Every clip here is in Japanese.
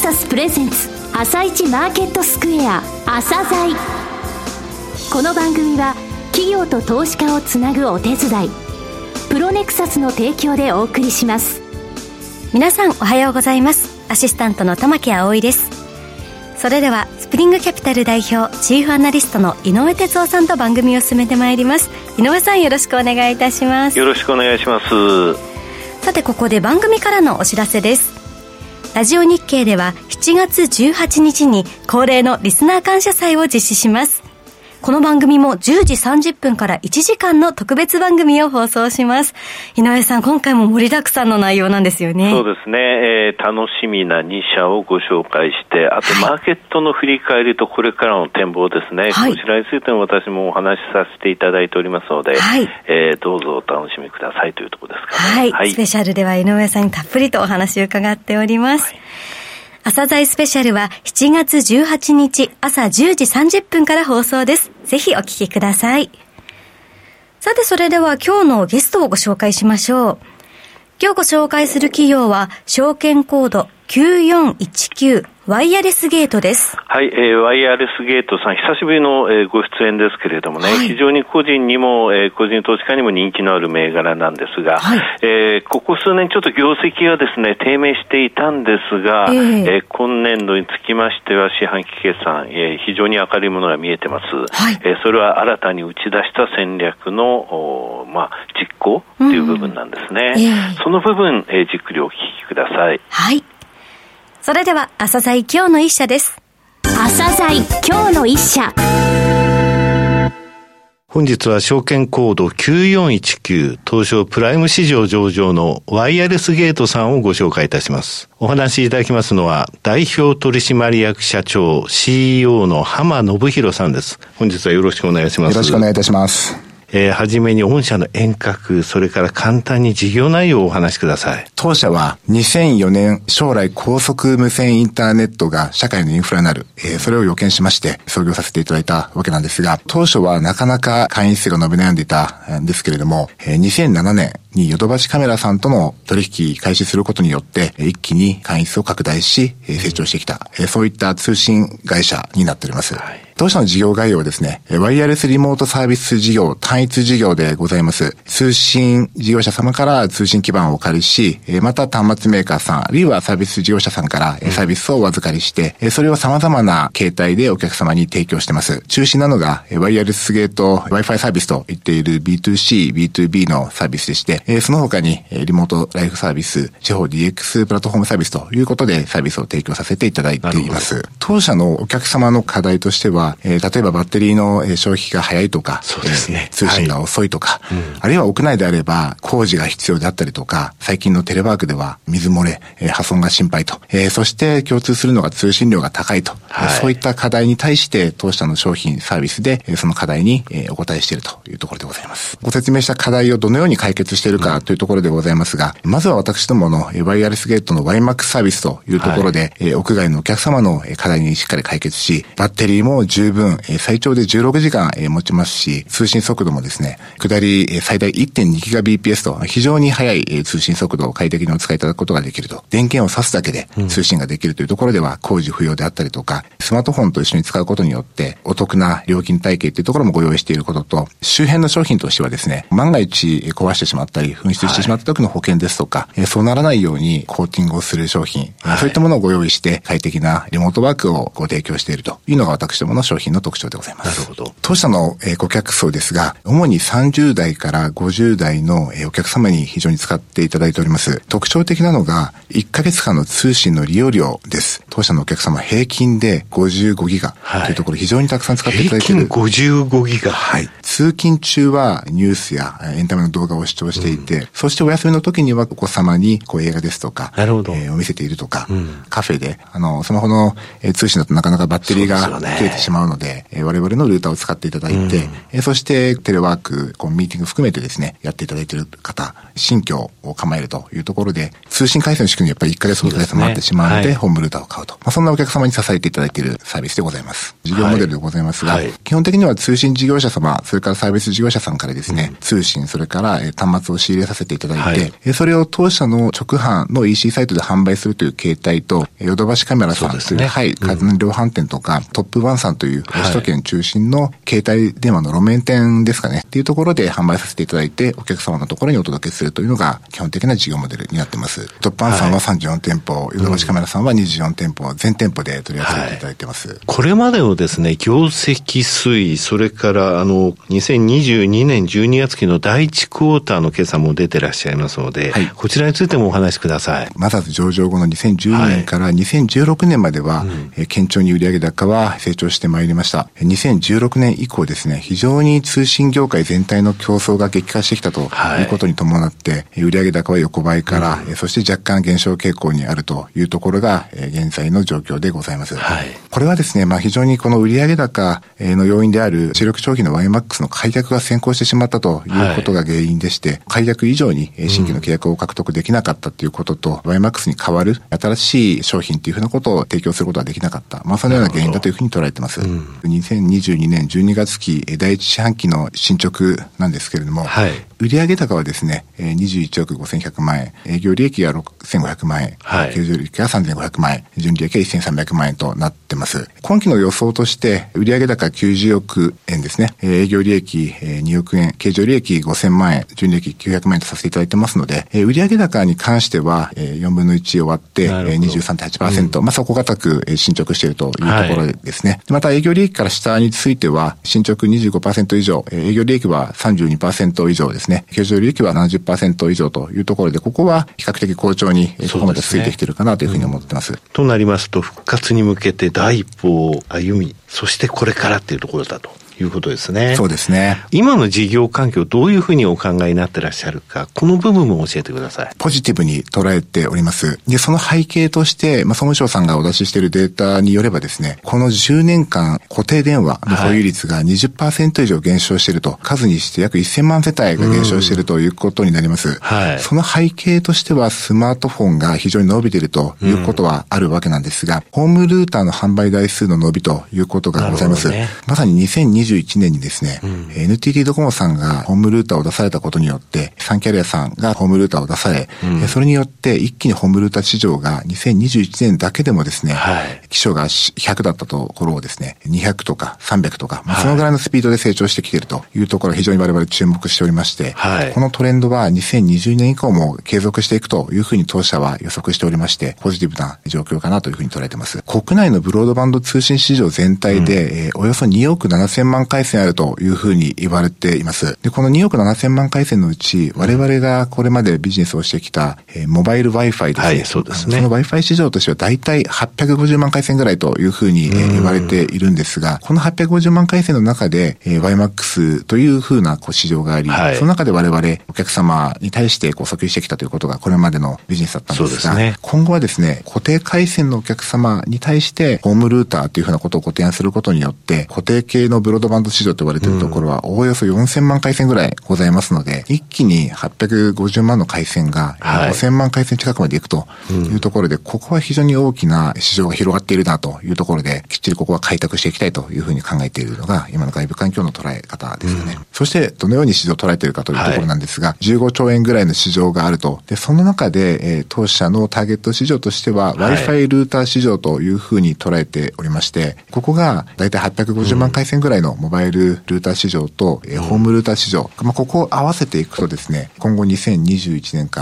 サスプレゼンツ朝一マーケットスクエア朝鮮。この番組は企業と投資家をつなぐお手伝いプロネクサスの提供でお送りします。 皆さんおはようございます。アシスタントの玉木葵です。それではスプリングキャピタル代表チーフアナリストの井上哲夫さんと番組を進めてまいります。井上さん、よろしくお願いいたします。 よろしくお願いします。 さて、ここで番組からのお知らせです。ラジオ日経では7月18日に恒例のリスナー感謝祭を実施します。この番組も10時30分から1時間の特別番組を放送します。井上さん、今回も盛りだくさんの内容なんですよね。 そうですね、楽しみな2社をご紹介して、あとマーケットの振り返りとこれからの展望ですね、はい、こちらについても私もお話しさせていただいておりますので、はい、どうぞお楽しみくださいというところですかね。 はい、はい、スペシャルでは井上さんにたっぷりとお話を伺っております。はい、朝鮮スペシャルは7月18日朝10時30分から放送です。ぜひお聞きください。さて、それでは今日のゲストをご紹介しましょう。今日ご紹介する企業は証券コード9419ワイヤレスゲートです。 はい、ワイヤレスゲートさん、久しぶりの、ご出演ですけれどもね、はい、非常に個人にも、個人投資家にも人気のある銘柄なんですが、はい、ここ数年ちょっと業績がですね、低迷していたんですが、今年度につきましては四半期決算、非常に明るいものが見えてます。はい、それは新たに打ち出した戦略の、実行という部分なんですね。その部分、じっくりお聞きください。 はい。それでは朝鮮今日の一社です。 朝鮮今日の一社。 本日は証券コード9419東証プライム市場上場のワイヤレスゲートさんをご紹介いたします。お話しいただきますのは代表取締役社長 CEO の浜信弘さんです。本日はよろしくお願いします。 よろしくお願いいたします。 はじめに御社の遠隔、それから簡単に事業内容をお話しください。 当社は2004年将来高速無線インターネットが社会のインフラになる、それを予見しまして創業させていただいたわけなんですが、当初はなかなか会員数が伸び悩んでいたんですけれども、2007年にヨドバシカメラさんとの取引開始することによって一気に会員数を拡大し成長してきた、そういった通信会社になっております。はい、当社の事業概要はですね、ワイヤレスリモートサービス事業、単一事業でございます。通信事業者様から通信基盤をお借りし、また端末メーカーさん、あるいはサービス事業者さんからサービスをお預かりして、それを様々な形態でお客様に提供しています。中心なのが、ワイヤレスゲート Wi-Fi サービスと言っている B2C、B2B のサービスでして、その他にリモートライフサービス、地方 DX プラットフォームサービスということでサービスを提供させていただいています。当社のお客様の課題としては、例えばバッテリーの消費が早いとか、そうですね、通信が遅いとか、あるいは屋内であれば工事が必要であったりとか、最近のテレワークでは水漏れ、破損が心配と、そして共通するのが通信量が高いと、そういった課題に対して当社の商品サービスでその課題にお答えしているというところでございます。ご説明した課題をどのように解決しているかというところでございますが、まずは私どものワイヤレスゲートの WiMAX サービスというところで、屋外のお客様の課題にしっかり解決し、バッテリーも十分最長で16時間持ちますし、通信速度もですね、下り最大 1.2GBps と非常に速い通信速度を快適にお使いいただくことができると。電源を挿すだけで通信ができるというところでは工事不要であったりとか、スマートフォンと一緒に使うことによってお得な料金体系というところもご用意していることと、周辺の商品としてはですね、万が一壊してしまったり紛失してしまった時の保険ですとか、そうならないようにコーティングをする商品、そういったものをご用意して快適なリモートワークをご提供しているというのが私どもの商品の特徴でございます。 なるほど。 当社の顧客層ですが、主に30代から50代のお客様に非常に使っていただいております。特徴的なのが1ヶ月間の通信の利用量です。当社のお客様平均で55ギガというところ、非常にたくさん使っていただいている。 平均55ギガ。 はい。通勤中はニュースやエンタメの動画を視聴していて、そしてお休みの時にはお子様に映画ですとか、を見せているとか、カフェでスマホの通信だとなかなかバッテリーが切れてしままうので、我々のルーターを使っていただいて、そしてテレワーク、ミーティング含めてですね、やっていただいている方、新居を構えるというところで、通信回線の仕組みやっぱり1ヶ月2ヶ月回ってしまうので、ホームルーターを買うと。そんなお客様に支えていただいているサービスでございます。事業モデルでございますが、基本的には通信事業者様、それからサービス事業者さんからですね、通信、それから端末を仕入れさせていただいて、それを当社の直販の EC サイトで販売するという形態と、ヨドバシカメラさんという、家電量販店とか、トップバンさんという首都圏中心の携帯電話の路面店ですかね、っていうところで販売させていただいて、お客様のところにお届けするというのが基本的な事業モデルになっています。トップバンさんは34店舗、ヨドバシカメラさんは24店舗、全店舗で取り扱っていただいています。 これまでのですね、業績推移、それから2022年12月期の第1クォーターの決算も出てらっしゃいますので、こちらについてもお話しください。 マザーズ上場後の2012年から2016年までは、堅調に売上高は成長してまいりました。2016年以降ですね、非常に通信業界全体の競争が激化してきたということに伴って、売上高は横ばいから、そして若干減少傾向にあるというところが、現在の状況でございます。これはですね、非常にこの売上高の要因である主力商品の YMAX の開拓が先行してしまったということが原因でして、開拓以上に新規の契約を獲得できなかったということと、YMAX に代わる新しい商品というふうなことを提供することができなかった。そのような原因だというふうに捉えています。2022年12月期第一四半期の進捗なんですけれども、売上高はですね、21億5100万円、営業利益が6500万円、経常利益が3500万円、純利益が1300万円となってます。今期の予想として、売上高90億円ですね、営業利益2億円、経常利益5000万円、純利益900万円とさせていただいてますので、売上高に関しては4分の1終わって 23.8%、そこが高く進捗しているというところですね。また営業利益から下については、進捗 25% 以上、営業利益は 32% 以上ですね。経常利益は 70% 以上というところで、ここは比較的好調にここまでついてきているかなというふうに思ってます。 となりますと、復活に向けて第一歩を歩み、そしてこれからっていうところだということですね。 そうですね。 今の事業環境、どういうふうにお考えになってらっしゃるか、この部分も教えてください。 ポジティブに捉えております。で、その背景として、総務省さんがお出ししているデータによればですね、この10年間、固定電話の保有率が 20% 以上減少していると、数にして約1000万世帯が減少しているということになります。その背景としては、スマートフォンが非常に伸びているということはあるわけなんですが、ホームルーターの販売台数の伸びということがございます。まさに2021年にですね、NTT ドコモさんがホームルーターを出されたことによって、サンキャリアさんがホームルーターを出され、それによって一気にホームルーター市場が2021年だけでもですね、機種が100だったところをですね、200とか300とか、そのぐらいのスピードで成長してきているというところが非常に我々注目しておりまして、このトレンドは2020年以降も継続していくというふうに当社は予測しておりまして、ポジティブな状況かなというふうに捉えています。国内のブロードバンド通信市場全体で、およそ2億7000万回線あるというふうに言われています。で、この2億7000万回線のうち、我々がこれまでビジネスをしてきた、モバイル Wi-Fi ですね。 そうですね。 その Wi-Fi 市場としては大体850万回線ぐらいというふうに言われているんですが、この850万回線の中で、YMAX というふうな市場があり、その中で我々お客様に対して訴求してきたということがこれまでのビジネスだったんですが、今後はですね、固定回線のお客様に対してホームルーターというふうなことをご提案することによって、固定系のブロードバンド市場と言われているところはおおよそ4000万回線ぐらいございますので、一気に850万の回線が5000万回線近くまでいくというところで、ここは非常に大きな市場が広がっているなというところで、きっちりここは開拓していきたいというふうに考えているのが今の外部環境の捉え方ですよね。そしてどのように市場を捉えているかというところなんですが、15兆円ぐらいの市場があると。で、その中で、当社のターゲット市場としては Wi-Fi ルーター市場というふうに捉えておりまして、ここがだいたい850万回線ぐらいのモバイルルーター市場と、ホームルーター市場、ここを合わせていくとですね、今後2021年から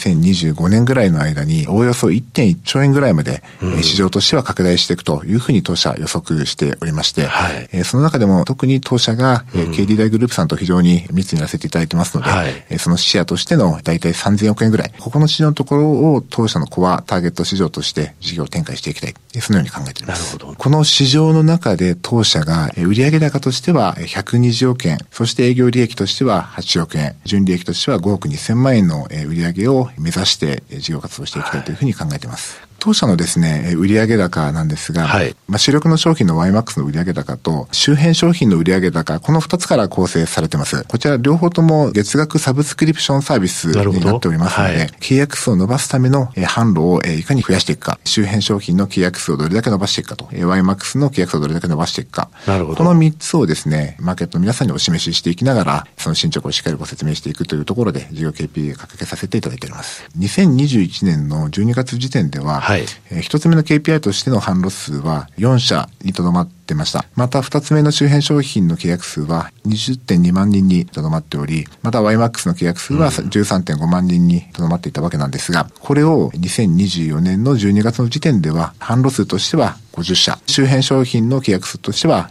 、2025年ぐらいの間におおよそ 1.1 兆円ぐらいまで、市場としては拡大していくというふうに当社予測しておりまして、その中でも特に当社が、KD 大グループさんと非常に密にやらせていただいてますので、そのシェアとしてのだいたい3000億円ぐらい、ここの市場のところを当社のコアターゲット市場として事業を展開していきたい。そのように考えております。この市場の中で当社が売上高としては120億円、そして営業利益としては8億円、純利益としては5億2000万円の売上を目指して事業活動していきたいというふうに考えています。 当社のですね、売上高なんですが、主力の商品の YMAX の売上高と周辺商品の売上高、この2つから構成されています。こちら両方とも月額サブスクリプションサービスになっておりますので、契約数を伸ばすための販路をいかに増やしていくか、周辺商品の契約数をどれだけ伸ばしていくかと、YMAX の契約数をどれだけ伸ばしていくか、この3つをですね、マーケットの皆さんにお示ししていきながら、その進捗をしっかりご説明していくというところで、事業 KPI を掲げさせていただいております。2021年の12月時点では、1つ目の KPI としての販路数は4社にとどまってました。また2つ目の周辺商品の契約数は 20.2 万人にとどまっており、また YMAX の契約数は 13.5 万人にとどまっていたわけなんですが、これを2024年の12月の時点では販路数としては50社、周辺商品の契約数としては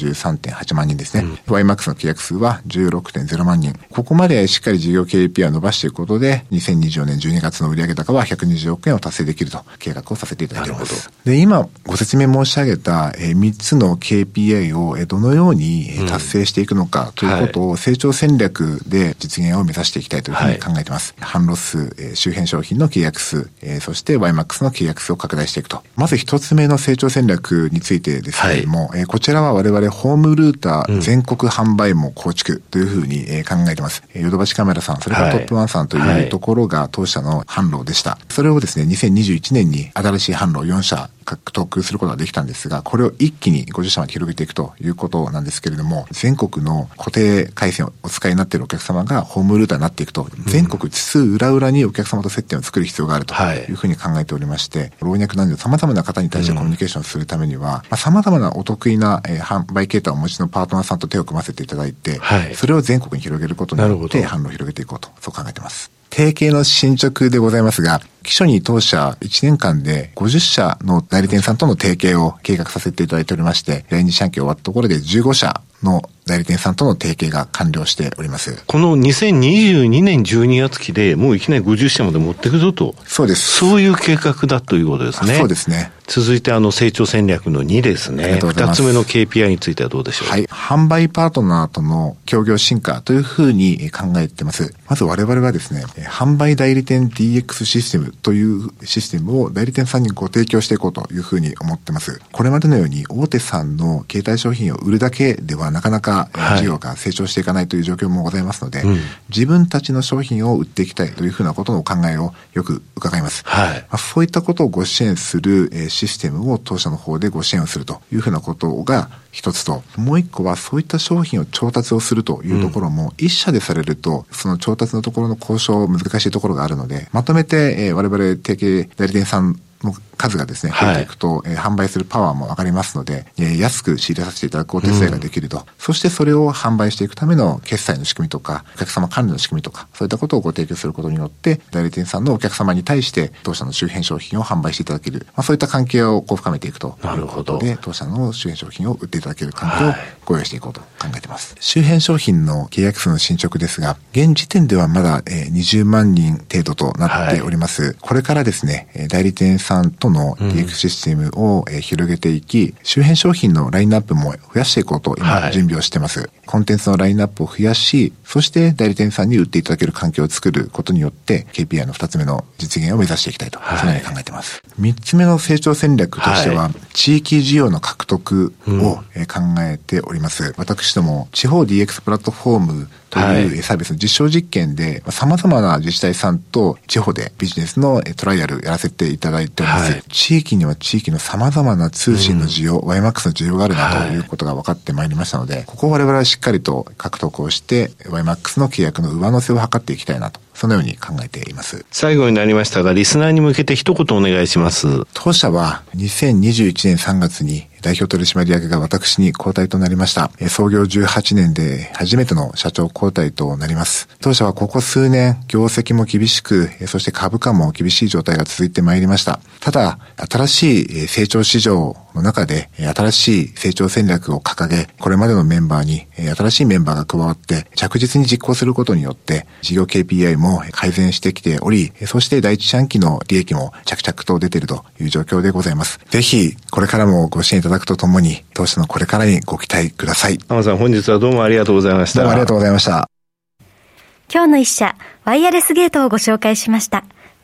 33.8 万人ですね。YMAX の契約数は 16.0 万人。ここまでしっかり事業 KPI を伸ばしていくことで、2024年12月の売上高は120億円を達成できると計画をさせていただいています。で、今ご説明申し上げた3つの KPI をどのように達成していくのかということを成長戦略で実現を目指していきたいというふうに考えています。販路数、周辺商品の契約数、そして YMAX の契約数を拡大していくと。まず一つ目の成長戦略についてですけれども、こちらは我々ホームルーター全国販売網構築というふうに考えています。ヨドバシカメラさん、それからトップワンさんというところが当社の販路でした。それをですね、2021年に新しい販路を4社獲得することができたんですが、これを一気に50社まで広げていくということなんですけれども、全国の固定回線をお使いになっているお客様がホームルーターになっていくと、全国津々浦々にお客様と接点を作る必要があるというふうに考えておりまして、老若男女様々な方に対してコミュニケーションするためには、様々なお得意な販売形態をお持ちのパートナーさんと手を組ませていただいて、それを全国に広げることによって販路を広げていこうと、そう考えています。提携の進捗でございますが、期初に当社1年間で50社の代理店さんとの提携を計画させていただいておりまして、第2四半期終わったところで15社の代理店さんとの提携が完了しております。 この2022年12月期でもういきなり50社まで持っていくぞと。 そうです。 そういう計画だということですね。 そうですね。 続いて成長戦略の2ですね。2つ目の KPI についてはどうでしょう。 はい。販売パートナーとの協業進化というふうに考えています。まず我々はですね、販売代理店 DX システムというシステムを代理店さんにご提供していこうというふうに思ってます。これまでのように大手さんの携帯商品を売るだけではなかなか事業が成長していかないという状況もございますので、自分たちの商品を売っていきたいというふうなことのお考えをよく伺います。そういったことをご支援するシステムを当社の方でご支援をするというふうなことが一つと、もう一個はそういった商品を調達をするというところも、一社でされるとその調達のところの交渉難しいところがあるので、まとめて我々提携代理店さんの数がですね、増えていくと、販売するパワーも上がりますので、安く仕入れさせていただくお手伝いができると。そしてそれを販売していくための決済の仕組みとか、お客様管理の仕組みとか、そういったことをご提供することによって、代理店さんのお客様に対して当社の周辺商品を販売していただける。そういった関係を深めていくということで、当社の周辺商品を売っていただける環境をご用意していこうと考えています。周辺商品の契約数の進捗ですが、現時点ではまだ20万人程度となっております。これからですね、代理店さんとの DX システムを広げていき、周辺商品のラインナップも増やしていこうと今準備をしています。コンテンツのラインナップを増やし、そして代理店さんに売っていただける環境を作ることによって KPI の2つ目の実現を目指していきたいと、そのように考えています。3つ目の成長戦略としては、地域需要の獲得を考えております。私ども地方 DX プラットフォームというサービスの実証実験で様々な自治体さんと地方でビジネスのトライアルやらせていただいております。地域には地域の様々な通信の需要、YMAX の需要があるなということが分かってまいりましたので、ここを我々はしっかりと獲得をして YMAX の契約の上乗せを図っていきたいなと、そのように考えています。 最後になりましたが、リスナーに向けて一言お願いします。 当社は2021年3月に代表取締役が私に交代となりました。創業18年で初めての社長交代となります。当社はここ数年業績も厳しく、そして株価も厳しい状態が続いてまいりました。ただ新しい成長市場の中で新しい成長戦略を掲げ、これまでのメンバーに新しいメンバーが加わって着実に実行することによって事業 KPI も改善してきており、そして第一四半期の利益も着々と出ているという状況でございます。ぜひこれからもご支援いただくとともに、当社のこれからにご期待ください。 浜さん、本日はどうもありがとうございました。 どうもありがとうございました。 今日の一社ワイヤレスゲートをご紹介しました。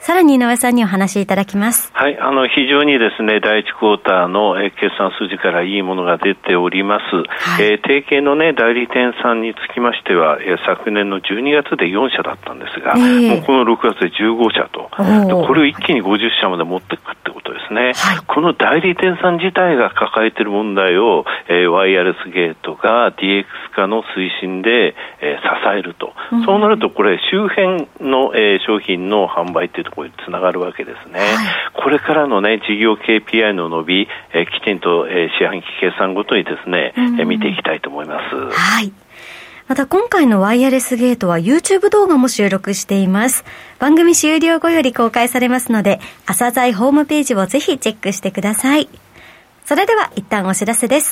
さらに井上さんにお話しいただきます。 はい、非常にですね、第1クォーターの決算数字からいいものが出ております。はい、提携のね、代理店さんにつきましては、昨年の12月で4社だったんですが、もうこの6月で15社と、これを一気に50社まで持っていくってことですね。はい、この代理店さん自体が抱えている問題を、ワイヤレスゲートが DX 化の推進で、支えると。そうなると、これ周辺の、商品の販売というところにつながるわけですね。はい、これからのね、事業 KPI の伸び、きちんと、四半期決算ごとにですね、見ていきたいと思います。 はい。また今回のワイヤレスゲートは YouTube 動画も収録しています。番組終了後より公開されますので、朝鮮ホームページをぜひチェックしてください。それでは一旦お知らせです。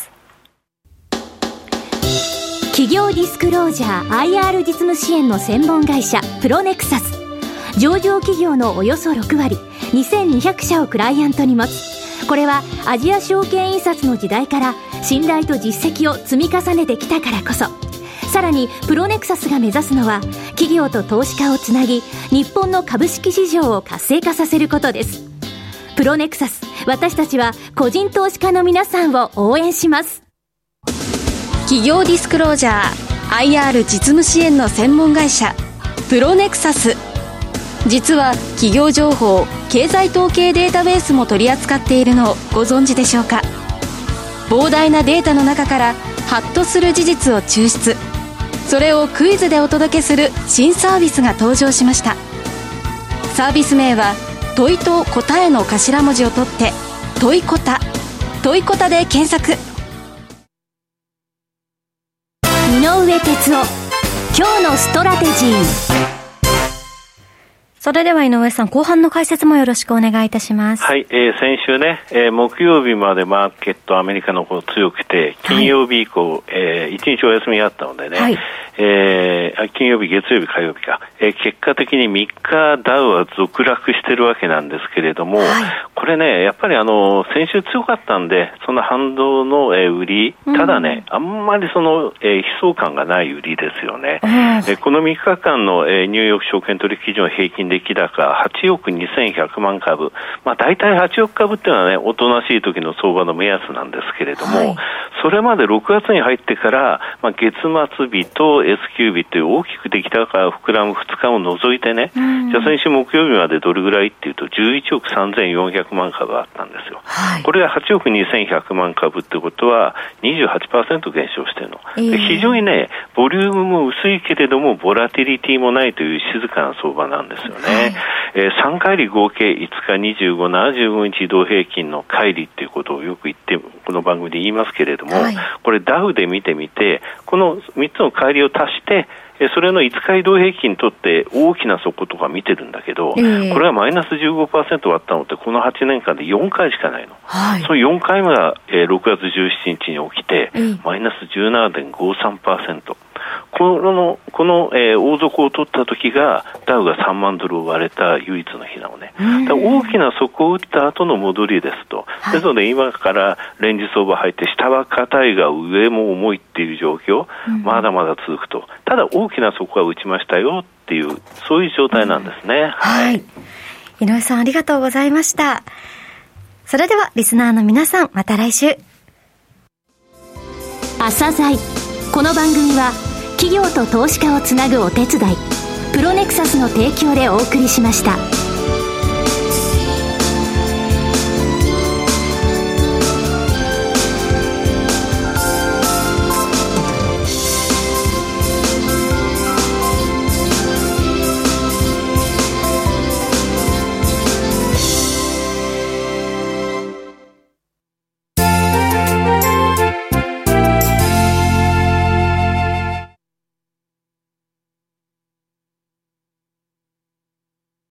企業ディスクロージャー IR 実務支援の専門会社プロネクサス。上場企業のおよそ6割、2200社をクライアントに持つ。これはアジア証券印刷の時代から信頼と実績を積み重ねてきたからこそ。さらにプロネクサスが目指すのは企業と投資家をつなぎ、日本の株式市場を活性化させることです。プロネクサス、私たちは個人投資家の皆さんを応援します。 企業ディスクロージャー IR 実務支援の専門会社プロネクサス。実は企業情報、経済統計データベースも取り扱っているのをご存知でしょうか。膨大なデータの中からハッとする事実を抽出、それをクイズでお届けする新サービスが登場しました。サービス名は問いと答えの頭文字を取って問いこた。問いこたで検索。 井上哲夫、今日のストラテジー。 それでは井上さん、後半の解説もよろしくお願いいたします。 はい、先週ね、木曜日までマーケットアメリカの方強くて、金曜日以降、1日お休みがあったのでね、はい、金曜日、月曜日、火曜日か、結果的に3日ダウは続落してるわけなんですけれども、はい、これね、やっぱり先週強かったんで、その反動の、売り、ただね、あんまりその、悲壮感がない売りですよね。この3日間の、ニューヨーク証券取引所の平均出来高8億2100万株。まあ大体8億株っていうのはね、おとなしい時の相場の目安なんですけれども、はい、それまで6月に入ってから、月末日と S q 日という大きく出来高が膨らむ2日を除いてね、じゃあ先週木曜日までどれぐらいっていうと11億3400万株あったんですよ。はい、これが8億2100万株ってことは 28% 減少してるの。非常にね、ボリュームも薄いけれども、ボラティリティもないという静かな相場なんですよね。はい、3回利合計5日、25、75日移動平均の乖離っていうことをよく言って、この番組で言いますけれども、はい、これダウで見てみて、この3つの乖離を足して、それの5日移動平均にとって大きな底とか見てるんだけど、これがマイナス 15% 割ったのってこの8年間で4回しかないの。はい、その4回目が6月17日に起きて、マイナス 17.53%。この、大底を取った時がダウが3万ドルを割れた唯一の日なのね。大きな底を打った後の戻りですと。はい、ですので今からレンジ相場入って下は硬いが上も重いっていう状況、まだまだ続くと。ただ大きな底は打ちましたよっていう、そういう状態なんですね。 はい。井上さんありがとうございました。それではリスナーの皆さん、また来週。 朝鮮。この番組は企業と投資家をつなぐお手伝い、プロネクサスの提供でお送りしました。